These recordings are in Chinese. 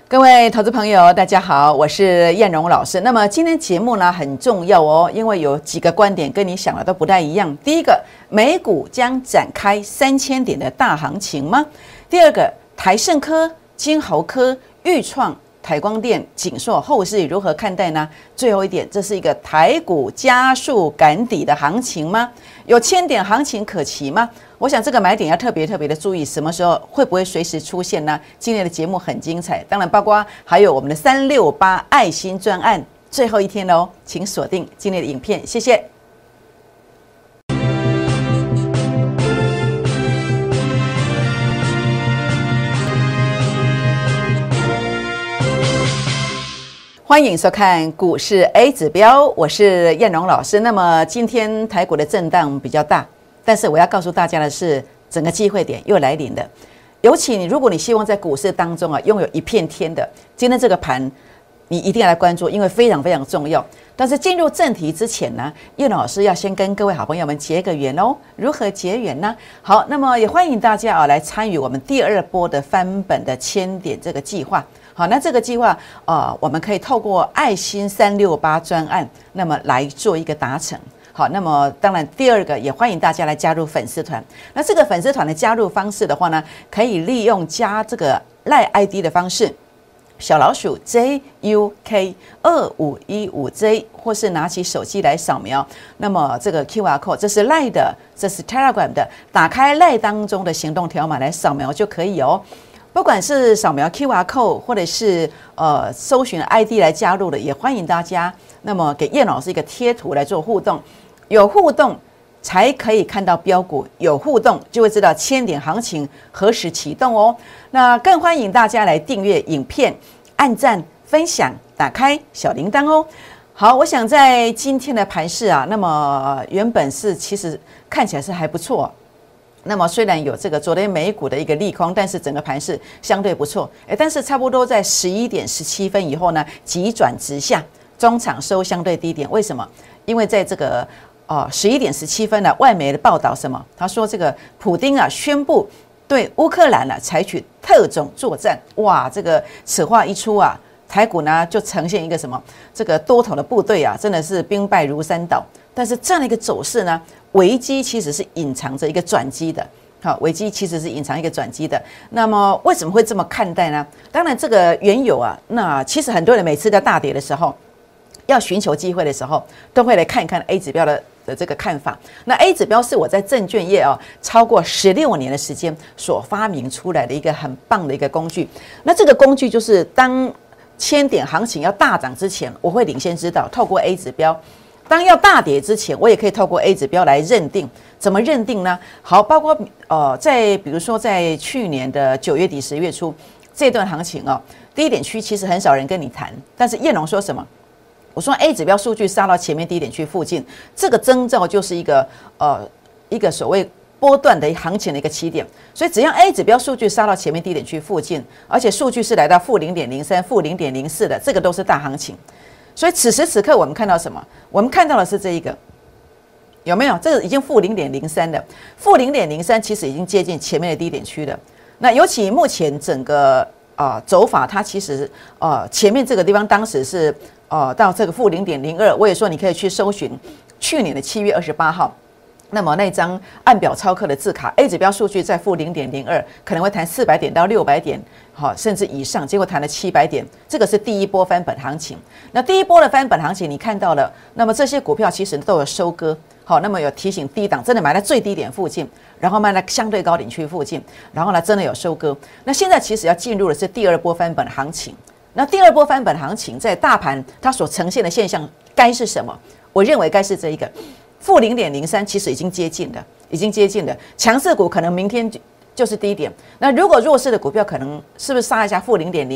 各位投资朋友，大家好，我是燕荣老师。那么今天节目呢很重要哦，因为有几个观点跟你想的都不太一样。第一个，美股将展开3000点的大行情吗？第二个，台盛科、金豪科、裕创、台光电、景硕后市如何看待呢？最后一点，这是一个台股加速赶底的行情吗？有1000点行情可期吗？我想这个买点要特别的注意，什么时候会不会随时出现呢？今天的节目很精彩，当然包括还有我们的368爱心专案最后一天喽，请锁定今天的影片，谢谢。欢迎收看股市 A 指标，我是燕荣老师。那么今天台股的震荡比较大，但是我要告诉大家的是，整个机会点又来临了。尤其如果你希望在股市当中拥有一片天的，今天这个盘你一定要来关注，因为非常重要。但是进入正题之前呢，燕老师要先跟各位好朋友们结个缘哦。如何结缘呢？好，那么也欢迎大家来参与我们第二波的翻本的1000点这个计划。好，那这个计划我们可以透过爱心368专案，那么来做一个达成。好，那么当然第二个也欢迎大家来加入粉丝团。那这个粉丝团的加入方式的话呢，可以利用加这个赖 ID 的方式，小老鼠 JUK2515J， 或是拿起手机来扫描。那么这个 QR code， 这是赖的，这是 Telegram 的，打开赖当中的行动条码来扫描就可以哦。不管是扫描 QR code 或者是搜寻 ID 来加入的，也欢迎大家那么给燕老师一个贴图来做互动，有互动才可以看到标股，有互动就会知道1000点行情何时启动哦。那更欢迎大家来订阅影片、按赞、分享、打开小铃铛哦。好，我想在今天的盘势那么原本是其实看起来是还不错。那么虽然有这个昨天美股的一个利空，但是整个盘势相对不错，但是差不多在11点17分以后呢，急转直下，中场收相对低点。为什么？因为在这个11点17分呢，外媒的报道什么？他说这个普丁宣布对乌克兰采取特种作战。哇，这个此话一出台股呢就呈现一个什么？这个多头的部队真的是兵败如山倒。但是这样的一个走势呢，危机其实是隐藏着一个转机的。好，危机其实是隐藏一个转机的。那么为什么会这么看待呢？当然，这个原有那其实很多人每次在大跌的时候，要寻求机会的时候，都会来看一看 A 指标的这个看法。那 A 指标是我在证券业超过16年的时间所发明出来的一个很棒的一个工具。那这个工具就是当1000点行情要大涨之前，我会领先知道，透过 A 指标。当要大跌之前，我也可以透过 A 指标来认定。怎么认定呢？好，包括比如说在去年的9月底10月初这段行情低点区其实很少人跟你谈，但是燕龙说什么？我说 A 指标数据杀到前面低点区附近，这个征兆就是一个所谓波段的行情的一个起点。所以只要 A 指标数据杀到前面低点区附近，而且数据是来到-0.03、-0.04的，这个都是大行情。所以此时此刻我们看到什么？我们看到的是这一个，有没有？这个已经-0.03了，-0.03其实已经接近前面的低点区了。那尤其目前整个走法，它其实前面这个地方当时是到这个-0.02，我也说你可以去搜寻去年的7月28号。那么那张按表操课的字卡 A 指标数据在-0.02，可能会弹400点到600点，甚至以上，结果弹了700点，这个是第一波翻本行情。那第一波的翻本行情你看到了，那么这些股票其实都有收割，好，那么有提醒低档真的买在最低点附近，然后卖在相对高点区附近，然后呢真的有收割。那现在其实要进入的是第二波翻本行情。那第二波翻本行情在大盘它所呈现的现象该是什么？我认为该是这一个。-0.03其实已经接近了，强势股可能明天就是低点。那如果弱势的股票可能是不是杀一下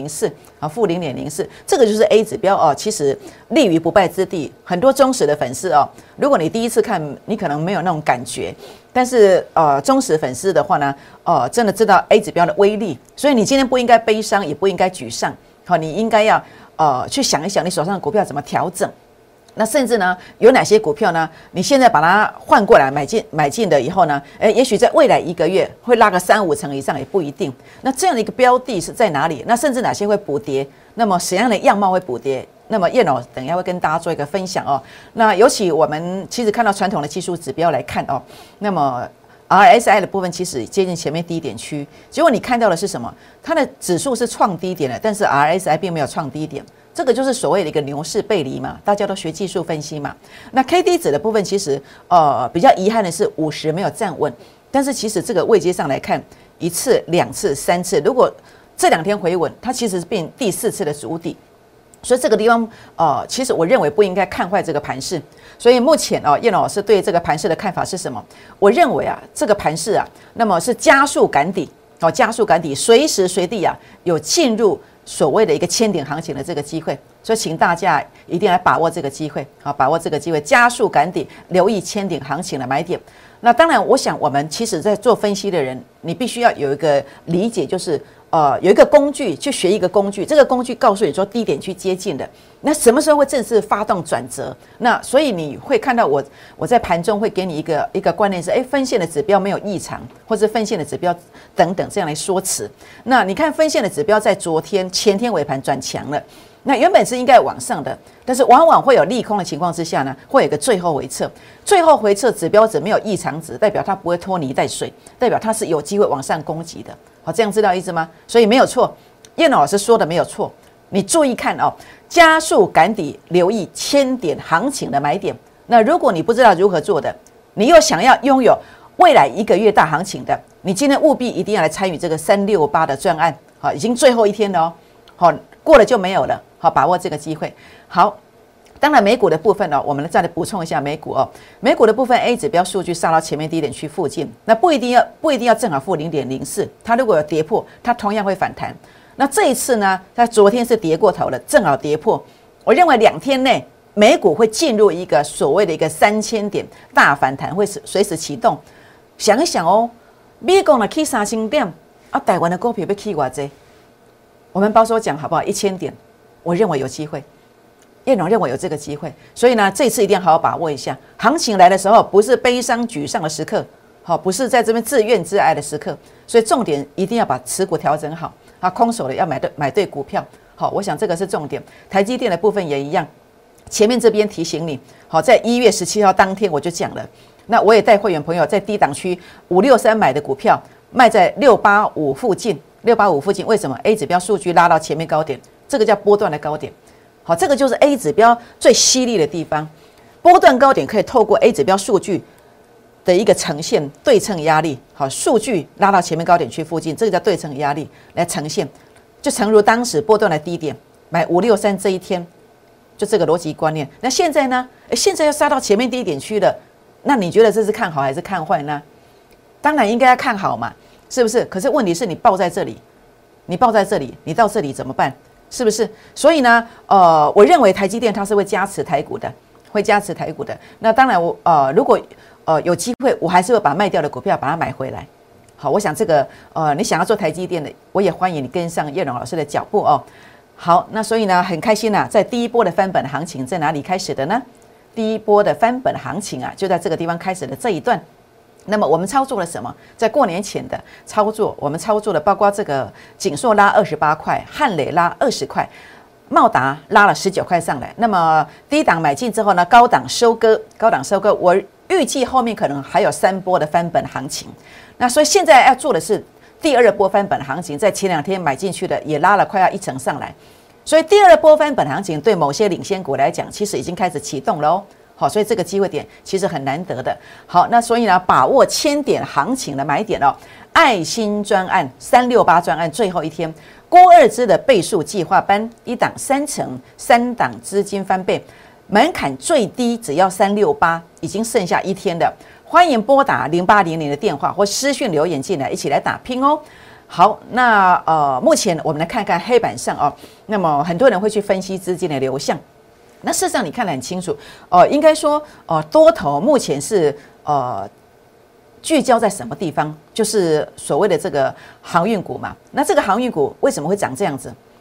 -0.04-0.04，这个就是 A 指标其实立于不败之地。很多忠实的粉丝如果你第一次看，你可能没有那种感觉，但是忠实粉丝的话呢，真的知道 A 指标的威力，所以你今天不应该悲伤，也不应该沮丧，你应该要去想一想你手上的股票怎么调整。 那甚至呢，有哪些股票呢？你现在把它换过来买进的以后呢，也许在未来1个月会拉个3-5成以上也不一定。那这样的一个标的是在哪里？那甚至哪些会补跌？那么什么样的样貌会补跌？那么燕老等一下会跟大家做一个分享哦。那尤其我们其实看到传统的技术指标来看哦，那么 RSI 的部分其实接近前面低点区，结果你看到的是什么？它的指数是创低点的，但是 RSI 并没有创低点。这个就是所谓的一个牛市背离嘛，大家都学技术分析嘛。那 KD 值的部分其实比较遗憾的是50没有站稳，但是其实这个位阶上来看，1次、2次、3次，如果这2天回稳，它其实是变第4次的筑底。所以这个地方其实我认为不应该看坏这个盘势。所以目前燕老师对这个盘势的看法是什么？我认为这个盘势那么是加速赶底加速赶底，随时随地有进入所谓的一个千点行情的这个机会，所以请大家一定来把握这个机会，把握这个机会，加速赶底，留意千点行情的买点。那当然，我想我们其实在做分析的人，你必须要有一个理解，就是有一个工具去学一个工具，这个工具告诉你说低点去接近的，那什么时候会正式发动转折？那所以你会看到我在盘中会给你一个观念是，分线的指标没有异常，或者分线的指标等等这样来说辞。那你看分线的指标在前天尾盘转强了。那原本是应该往上的，但是往往会有利空的情况之下呢，会有一个最后回撤。最后回撤指标值没有异常值，代表它不会拖泥带水，代表它是有机会往上攻击的。好，这样知道意思吗？所以没有错，燕老师说的没有错。你注意看加速赶底，留意千点行情的买点。那如果你不知道如何做的，你又想要拥有未来1个月大行情的，你今天务必一定要来参与这个368的专案。好，已经最后1天了好，过了就没有了。好，把握这个机会。好，当然美股的部分我们再来补充一下美股美股的部分 A 指标数据杀到前面低点区附近，那不一定要正好负0.04，它如果有跌破，它同样会反弹。那这一次呢，它昨天是跌过头了，正好跌破。我认为2天内美股会进入一个所谓的一个3000点大反弹，会随时启动。想一想美国呢起3000点台湾的股票要起多少？我们保守讲好不好？1000点。我认为有机会，燕荣认为有这个机会，所以呢，这次一定要好好把握一下。行情来的时候，不是悲伤沮丧的时刻，不是在这边自怨自艾的时刻，所以重点一定要把持股调整好，空手的要买对股票。好，我想这个是重点。台积电的部分也一样，前面这边提醒你，在1月17号当天我就讲了，那我也带会员朋友在低档区563买的股票，卖在685附近，685附近为什么 ？A 指标数据拉到前面高点。这个叫波段的高点，好，这个就是 A 指标最犀利的地方。波段高点可以透过 A 指标数据的一个呈现对称压力，好，数据拉到前面高点区附近，这个叫对称压力来呈现，就诚如当时波段的低点买563这一天，就这个逻辑观念。那现在呢？现在要杀到前面低点区了，那你觉得这是看好还是看坏呢？当然应该要看好嘛，是不是？可是问题是你抱在这里，你到这里怎么办？是不是？所以呢，我认为台积电它是会加持台股的，那当然如果有机会，我还是会把卖掉的股票把它买回来。好，我想这个你想要做台积电的，我也欢迎你跟上叶龙老师的脚步好，那所以呢，很开心在第一波的翻本行情在哪里开始的呢？第一波的翻本行情就在这个地方开始的这一段。那么我们操作了什么？在过年前的操作，我们操作了包括这个景硕拉28块，汉磊拉20块，茂达拉了19块上来。那么低档买进之后呢，高档收割，我预计后面可能还有3波的翻本行情。那所以现在要做的是第2波翻本行情，在前2天买进去的也拉了快要1成上来，所以第2波翻本行情对某些领先股来讲，其实已经开始启动了好，所以这个机会点其实很难得的。好，那所以呢，把握千点行情的买点爱心专案368专案最后1天，郭二芝的倍数计划班，1档3成，3档资金翻倍，门槛最低只要368，已经剩下1天了。欢迎拨打0800的电话或私讯留言进来，一起来打拼好，那目前我们来看看黑板上那么很多人会去分析资金的流向。那事实上你看得很清楚应该说多头目前是聚焦在什么地方？就是所谓的这个航运股嘛。那这个航运股为什么会长这样子？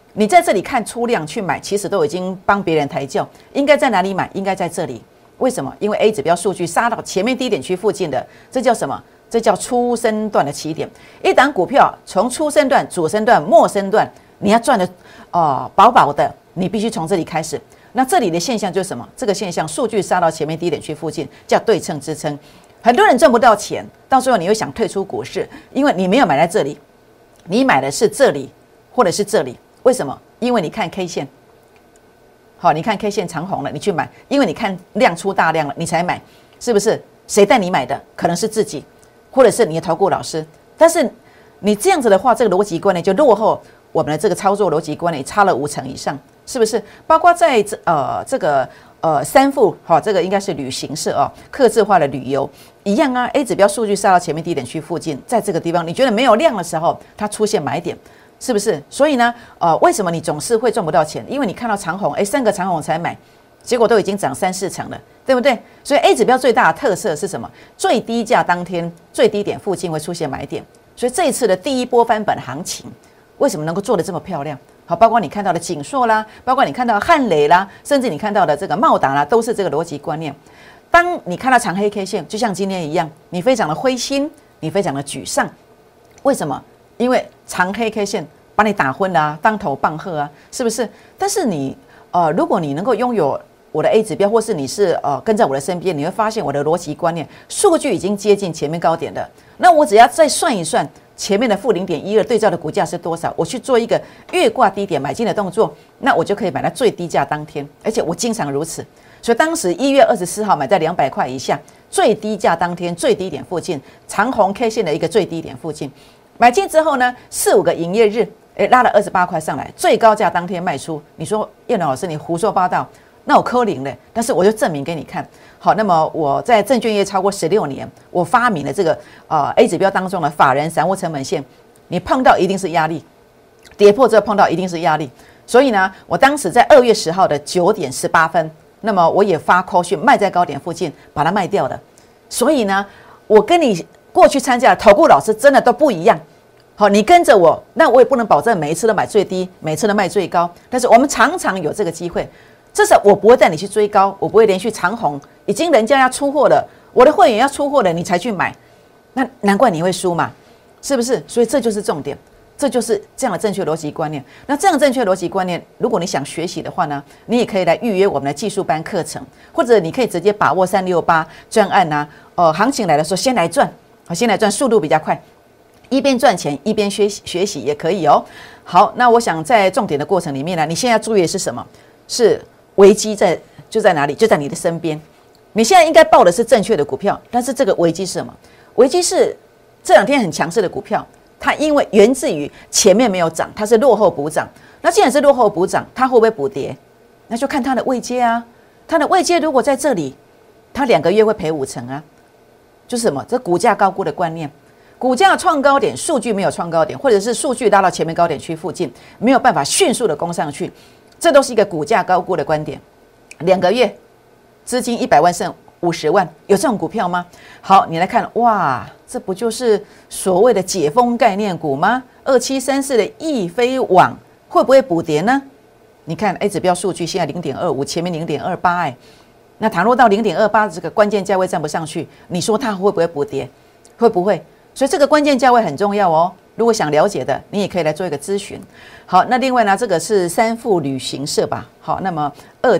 你在这里看出量去买，其实都已经帮别人抬轿。应该在哪里买？应该在这里。为什么？因为 A 指标数据杀到前面低点区附近的，这叫什么？这叫初升段的起点。一档股票从初升段、主升段、末升段，你要赚的饱饱的，你必须从这里开始。那这里的现象就是什么？这个现象数据杀到前面低点区附近，叫对称支撑。很多人赚不到钱，到最后你会想退出股市，因为你没有买在这里，你买的是这里或者是这里。为什么？因为你看 K 线，好，你看 K 线长红了，你去买，因为你看量出大量了，你才买，是不是？谁带你买的？可能是自己，或者是你的投顾老师。但是你这样子的话，这个逻辑观念就落后我们的这个操作逻辑观念差了50%以上，是不是？包括在这个三富这个应该是旅行社客制化的旅游一样啊。A 指标数据杀到前面低点区附近，在这个地方你觉得没有量的时候，它出现买点。是不是？所以呢，为什么你总是会赚不到钱？因为你看到长红，3个长红才买，结果都已经涨3-4成了，对不对？所以 A 指标最大的特色是什么？最低价当天最低点附近会出现买点。所以这一次的第一波翻本行情，为什么能够做得这么漂亮？好，包括你看到的景硕啦，包括你看到的汉磊啦，甚至你看到的这个茂达啦，都是这个逻辑观念。当你看到长黑 K 线，就像今天一样，你非常的灰心，你非常的沮丧，为什么？因为长黑 K 线把你打昏了啊，当头棒喝啊，是不是？但是你如果你能够拥有我的 A 指标，或是你是跟在我的身边，你会发现我的逻辑观念数据已经接近前面高点了。那我只要再算一算前面的负0.12对照的股价是多少，我去做一个越挂低点买进的动作，那我就可以买到最低价当天，而且我经常如此。所以当时1月24号买在200块以下，最低价当天最低点附近，长红 K 线的一个最低点附近。买进之后呢，4-5个营业日，拉了28块上来，最高价当天卖出。你说叶老师你胡说八道，那我柯林了。但是我就证明给你看。好，那么我在证券业超过16年，我发明了这个A 指标当中的法人散户成本线，你碰到一定是压力，跌破之后碰到一定是压力。所以呢，我当时在2月10号的9点18分，那么我也发 call 讯卖在高点附近，把它卖掉了。所以呢，我跟你过去参加的投顾老师真的都不一样。好，你跟着我，那我也不能保证每一次都买最低，每一次都卖最高。但是我们常常有这个机会，至少我不会带你去追高，我不会连续长红，已经人家要出货了，我的会员要出货了，你才去买，那难怪你会输嘛，是不是？所以这就是重点，这就是这样的正确逻辑观念。那这样正确逻辑观念，如果你想学习的话呢，你也可以来预约我们的技术班课程，或者你可以直接把握368专案啊，行情来的时候先来赚，先来赚，速度比较快。一边赚钱一边学习也可以哦。好，那我想在重点的过程里面呢，你现在注意的是什么？是危机就在哪里？就在你的身边。你现在应该报的是正确的股票，但是这个危机是什么？危机是这2天很强势的股票，它因为源自于前面没有涨，它是落后补涨。那既然是落后补涨，它会不会补跌？那就看它的位阶啊。它的位阶如果在这里，它2个月会赔5成啊。就是什么？这股价高估的观念。股价创高点，数据没有创高点，或者是数据拉到前面高点区附近，没有办法迅速的攻上去，这都是一个股价高估的观点。2个月资金100万剩50万，有这种股票吗？好，你来看，哇，这不就是所谓的解封概念股吗？2734的易飞网会不会补跌呢？你看 A 指标数据现在0.25，前面0.28，那倘若到0.28这个关键价位站不上去，你说它会不会补跌？会不会？所以这个关键价位很重要哦。如果想了解的，你也可以来做一个咨询。好，那另外呢，这个是三富旅行社吧？好，那么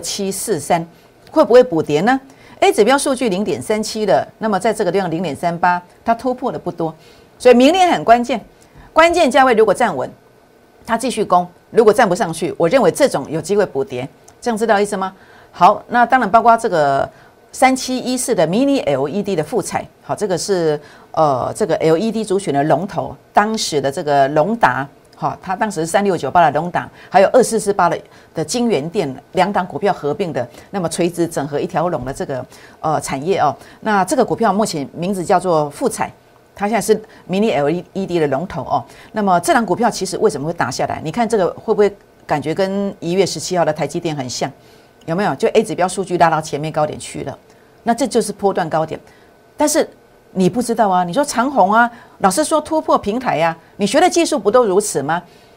2743会不会补跌呢 ？A 指标数据0.37的，那么在这个地方0.38，它突破的不多，所以明年很关键。关键价位如果站稳，它继续攻；如果站不上去，我认为这种有机会补跌。这样知道意思吗？好，那当然包括这个3714的 Mini LED 的富彩，好，这个是这个 LED 族群的龙头，当时的这个龙达，好，它当时是3698的龙达，还有2448的金源店2档股票合并的，那么垂直整合一条龙的这个产业哦。那这个股票目前名字叫做富彩，它现在是 Mini LED 的龙头哦。那么这档股票其实为什么会打下来？你看这个会不会感觉跟1月17号的台积电很像？有没有？就 A 指标数据拉到前面高点去了，那这就是波段高点。但是你不知道啊，你说长红啊，老师说突破平台啊，你学的技术不都如此吗？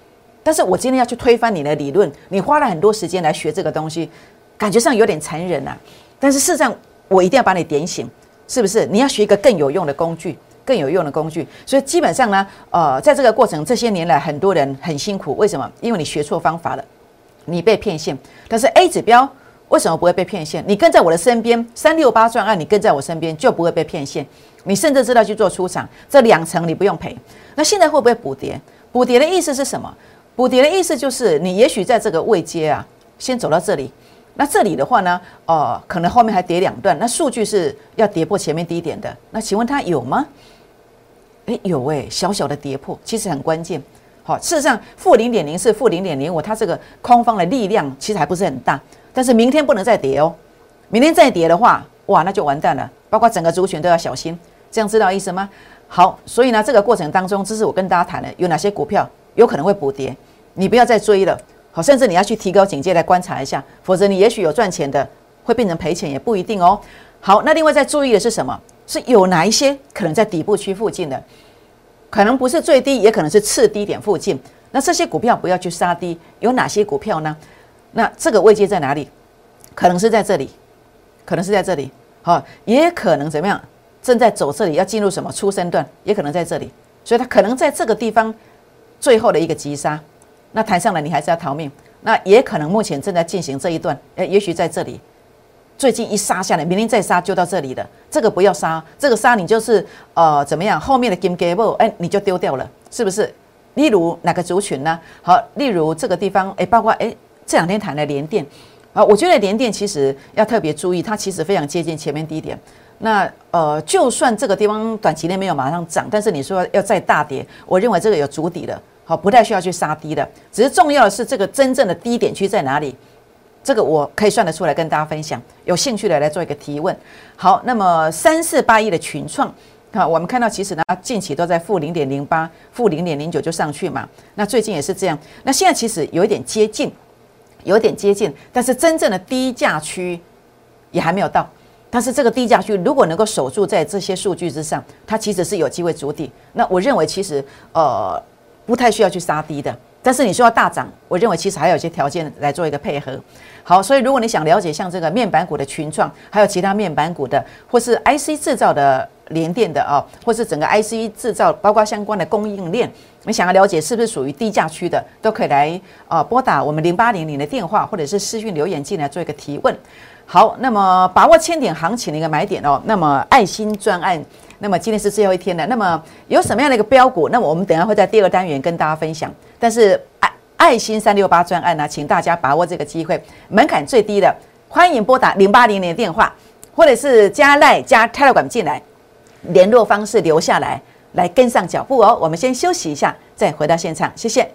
但是我今天要去推翻你的理论，你花了很多时间来学这个东西，感觉上有点残忍啊。但是事实上，我一定要把你点醒，是不是？你要学一个更有用的工具，更有用的工具。所以基本上呢，在这个过程这些年来，很多人很辛苦，为什么？因为你学错方法了，你被骗线。但是 A 指标为什么不会被骗线？你跟在我的身边，368专案，你跟在我身边就不会被骗线。你甚至知道去做出场，这2成你不用赔。那现在会不会补跌？补跌的意思是什么？补跌的意思就是你也许在这个位阶啊，先走到这里。那这里的话呢，可能后面还跌2段，那数据是要跌破前面低点的。那请问它有吗？有小小的跌破，其实很关键。好，事实上负0.04、负0.05，它这个空方的力量其实还不是很大。但是明天不能再跌哦，明天再跌的话，哇，那就完蛋了，包括整个族群都要小心。这样知道意思吗？好，所以呢，这个过程当中，这是我跟大家谈的，有哪些股票有可能会补跌，你不要再追了。好，甚至你要去提高警戒来观察一下，否则你也许有赚钱的，会变成赔钱也不一定哦。好，那另外再注意的是什么？是有哪一些可能在底部区附近的，可能不是最低，也可能是次低点附近。那这些股票不要去杀低，有哪些股票呢？那这个位阶在哪里？可能是在这里，可能是在这里，好，也可能怎么样？正在走这里，要进入什么初升段，也可能在这里，所以它可能在这个地方最后的一个急杀。那弹上来你还是要逃命，那也可能目前正在进行这一段，也许在这里，最近一杀下来，明天再杀就到这里了，这个不要杀，这个杀你就是怎么样，后面的金 gable 你就丢掉了，是不是？例如哪个族群呢？好，例如这个地方，包括这2天谈的联电，我觉得联电其实要特别注意，它其实非常接近前面低点。那就算这个地方短期内没有马上涨，但是你说要再大跌，我认为这个有筑底了。好，不太需要去杀低的，只是重要的是这个真正的低点区在哪里，这个我可以算得出来跟大家分享。有兴趣的来做一个提问。好，那么3481的群创，我们看到其实呢近期都在负0.08、负0.09就上去嘛，那最近也是这样。那现在其实有一点接近，但是真正的低价区也还没有到。但是这个低价区如果能够守住在这些数据之上，它其实是有机会筑底。那我认为其实不太需要去杀低的，但是你说要大涨，我认为其实还有一些条件来做一个配合。好，所以如果你想了解像这个面板股的群创，还有其他面板股的，或是 IC 制造的联电的或是整个 IC 制造，包括相关的供应链，你想要了解是不是属于低价区的，都可以来拨打我们0800的电话，或者是私讯留言进来做一个提问。好，那么把握千点行情的一个买点那么爱心专案。那么今天是最后一天了，那么有什么样的一个标股？那么我们等一下会在第2单元跟大家分享。但是爱心368专案呢，请大家把握这个机会，门槛最低的，欢迎拨打0800的电话，或者是加 LINE 加 Telegram 进来，联络方式留下来，来跟上脚步哦。我们先休息一下，再回到现场，谢谢。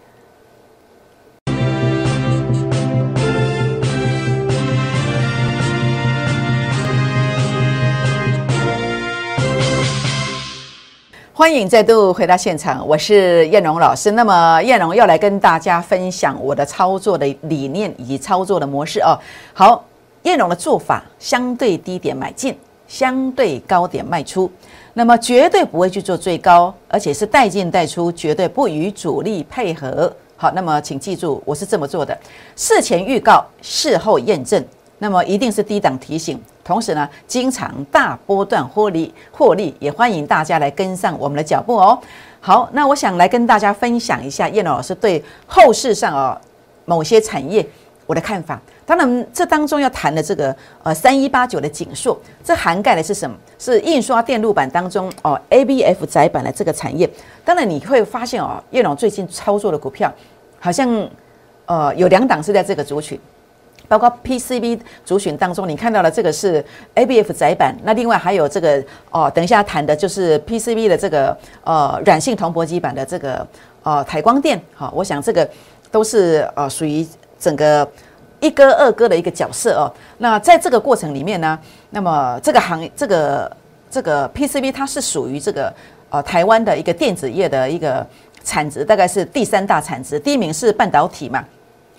欢迎再度回到现场，我是燕蓉老师。那么燕蓉要来跟大家分享我的操作的理念以及操作的模式哦。好，燕蓉的做法相对低点买进，相对高点卖出，那么绝对不会去做最高，而且是带进带出，绝对不与主力配合。好，那么请记住，我是这么做的：事前预告，事后验证。那么一定是低档提醒，同时呢，经常大波段获利，也欢迎大家来跟上我们的脚步哦。好，那我想来跟大家分享一下燕蓉老师对后市上某些产业我的看法。当然，这当中要谈的这个3189的景硕，这涵盖的是什么？是印刷电路板当中ABF 载板的这个产业。当然你会发现燕蓉最近操作的股票好像有2档是在这个族群。包括 PCB 族群当中，你看到的这个是 ABF 载板，那另外还有这个等一下谈的就是 PCB 的这个软性铜箔基板的这个台光电，好，我想这个都是属于整个一哥二哥的一个角色哦。那在这个过程里面呢，那么这个PCB 它是属于这个台湾的一个电子业的一个产值，大概是第3大产值，第1名是半导体嘛。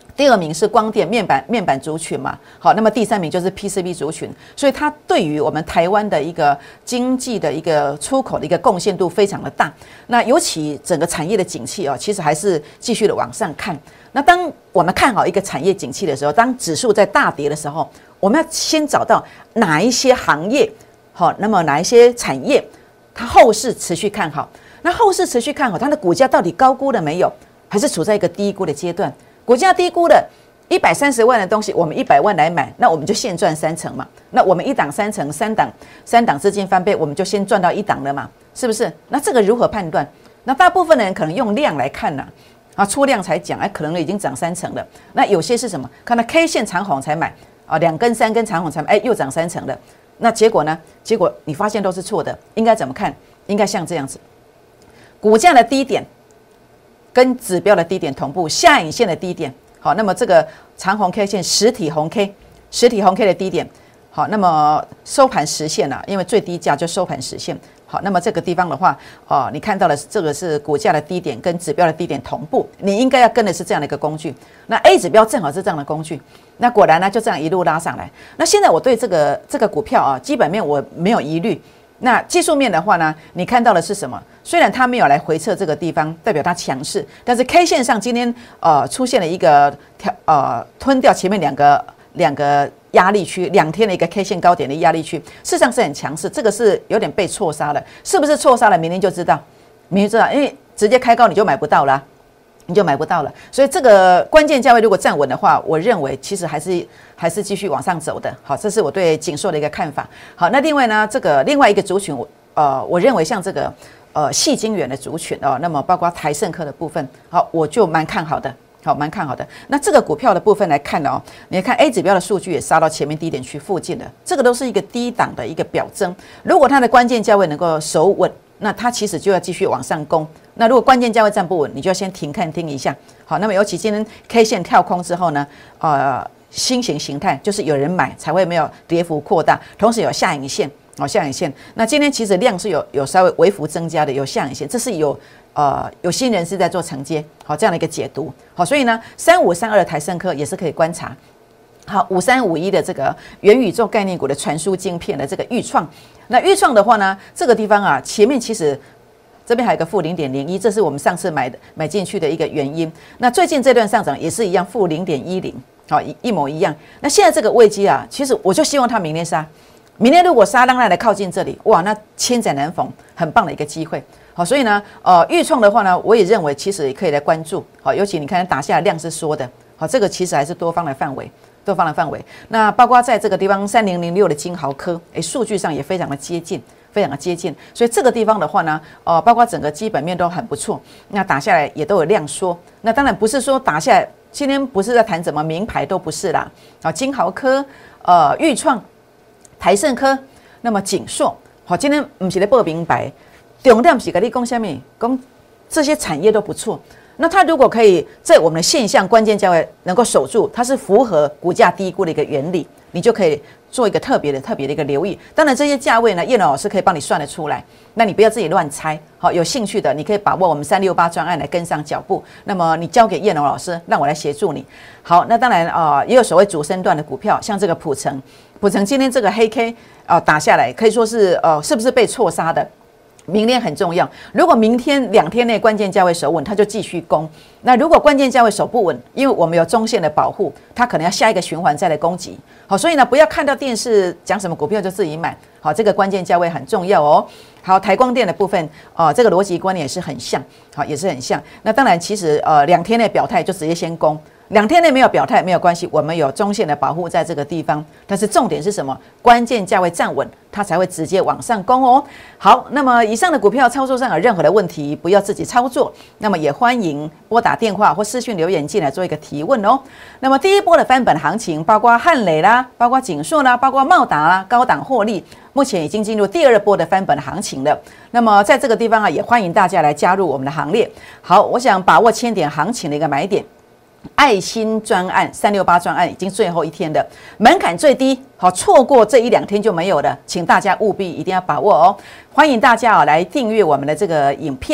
第二名是光电面板族群嘛，好，那么第三名就是 PCB 族群，所以它对于我们台湾的一个经济的一个出口的一个贡献度非常的大。那尤其整个产业的景气其实还是继续的往上看。那当我们看好一个产业景气的时候，当指数在大跌的时候，我们要先找到哪一些行业，好，那么哪一些产业它后市持续看好。那后市持续看好，它的股价到底高估了没有，还是处在一个低估的阶段？股价低估的130万的东西，我们100万来买，那我们就现赚3成嘛。那我们一档3成，3档资金翻倍，我们就先赚到1档了嘛，是不是？那这个如何判断？那大部分的人可能用量来看呐，出量才讲，可能已经涨3成了。那有些是什么？看到 K 线长红才买2根3根长红才买，又涨3成了。那结果呢？结果你发现都是错的。应该怎么看？应该像这样子，股价的低点跟指标的低点同步，下影线的低点，好，那么这个长红 K 线实体红 K 的低点，好，那么收盘实现了，因为最低价就收盘实现，好，那么这个地方的话，你看到的这个是股价的低点跟指标的低点同步，你应该要跟的是这样的一个工具，那 A 指标正好是这样的工具，那果然呢就这样一路拉上来，那现在我对这个股票基本面我没有疑虑。那技术面的话呢，你看到的是什么？虽然它没有来回测这个地方，代表它强势，但是 K 线上今天出现了一个吞掉前面两个压力区，2天的一个 K 线高点的压力区，事实上是很强势，这个是有点被错杀了，是不是错杀了？明天就知道，因为直接开高你就买不到了。所以这个关键价位如果站稳的话，我认为其实还是继续往上走的。好，这是我对景硕的一个看法。好，那另外呢，这个另外一个族群，我认为像这个矽晶圆的族群那么包括台盛科的部分，好，我就蛮看好的。好，蛮看好的。那这个股票的部分来看你看 A 指标的数据也杀到前面低点区附近了，这个都是一个低档的一个表征。如果它的关键价位能够守稳，那它其实就要继续往上攻。那如果关键价位站不稳，你就要先停看听一下。好，那么尤其今天 K 线跳空之后呢，新型形态就是有人买才会没有跌幅扩大，同时有下影线，下影线。那今天其实量是有稍微微幅增加的，有下影线，这是有新人士在做承接，好，这样的一个解读。好，所以呢，3532的台盛科也是可以观察。好，5351的这个元宇宙概念股的传输晶片的这个裕创，那裕创的话呢，这个地方前面其实这边还有个负0.01，这是我们上次买进去的一个原因。那最近这段上涨也是一样，负0.10，好，一模一样。那现在这个位阶其实我就希望它明天杀，明天如果杀，让它来靠近这里，哇，那千载难逢，很棒的一个机会。好，所以呢，裕创的话呢，我也认为其实也可以来关注。好，尤其你看打下来量是缩的，好，这个其实还是多方的范围。那包括在这个地方3006的金豪科，数据上也非常的接近，所以这个地方的话呢，包括整个基本面都很不错，那打下来也都有量缩。那当然不是说打下来，今天不是在谈什么名牌，都不是啦。好，金豪科、裕创、台盛科，那么景硕，好，今天不是在报名牌，重点是跟你讲什么？讲这些产业都不错。那它如果可以在我们的现象关键价位能够守住，它是符合股价低估的一个原理，你就可以做一个特别的一个留意。当然这些价位呢，叶老师可以帮你算得出来，那你不要自己乱猜。好，有兴趣的你可以把握我们368专案来跟上脚步。那么你交给叶龙老师，让我来协助你。好，那当然也有所谓主升段的股票，像这个普成今天这个黑 K 打下来，可以说是是不是被错杀的？明天很重要，如果明天2天内关键价位守稳，它就继续攻。那如果关键价位守不稳，因为我们有中线的保护，它可能要下一个循环再来攻击。好，所以呢，不要看到电视讲什么股票就自己买。好，这个关键价位很重要哦。好，台光电的部分，这个逻辑观念也是很像，好，也是很像。那当然，其实2天内表态就直接先攻。2天内没有表态没有关系，我们有中线的保护在这个地方。但是重点是什么？关键价位站稳，它才会直接往上攻哦。好，那么以上的股票操作上有任何的问题，不要自己操作，那么也欢迎拨打电话或私讯留言进来做一个提问哦。那么第一波的翻本行情，包括汉磊啦，包括景硕啦，包括茂达啦，高档获利，目前已经进入第2波的翻本行情了。那么在这个地方也欢迎大家来加入我们的行列。好，我想把握千点行情的一个买点。爱心专案368专案已经最后一天了，门槛最低，好，错过这1-2天就没有了，请大家务必一定要把握哦。欢迎大家来订阅我们的这个影片，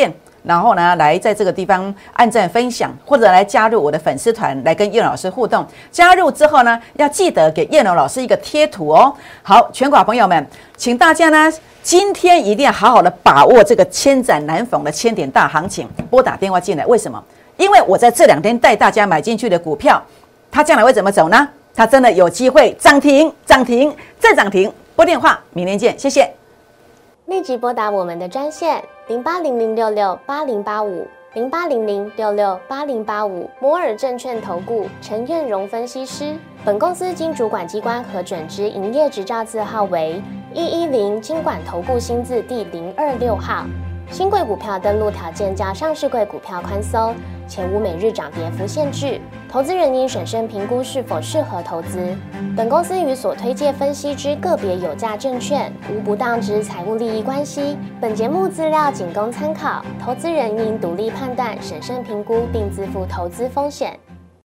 然后呢，来在这个地方按赞分享，或者来加入我的粉丝团，来跟燕老师互动。加入之后呢，要记得给燕老师一个贴图哦。好，全国朋友们，请大家呢今天一定要好好的把握这个千载难逢的千点大行情，拨打电话进来。为什么？因为我在这2天带大家买进去的股票，它将来会怎么走呢？它真的有机会涨停、涨停再涨停。拨电话，明天见，谢谢。 立即拨打我们的专线08006680850800668085摩尔证券投顾陈彦荣分析师。本公司经主管机关核准之营业执照字号为110金管投顾新字第026号。新贵股票登录条件较上市贵股票宽松，且无每日涨跌幅限制。投资人应审慎评估是否适合投资。本公司与所推介分析之个别有价证券无不当之财务利益关系。本节目资料仅供参考，投资人应独立判断、审慎评估，并自负投资风险。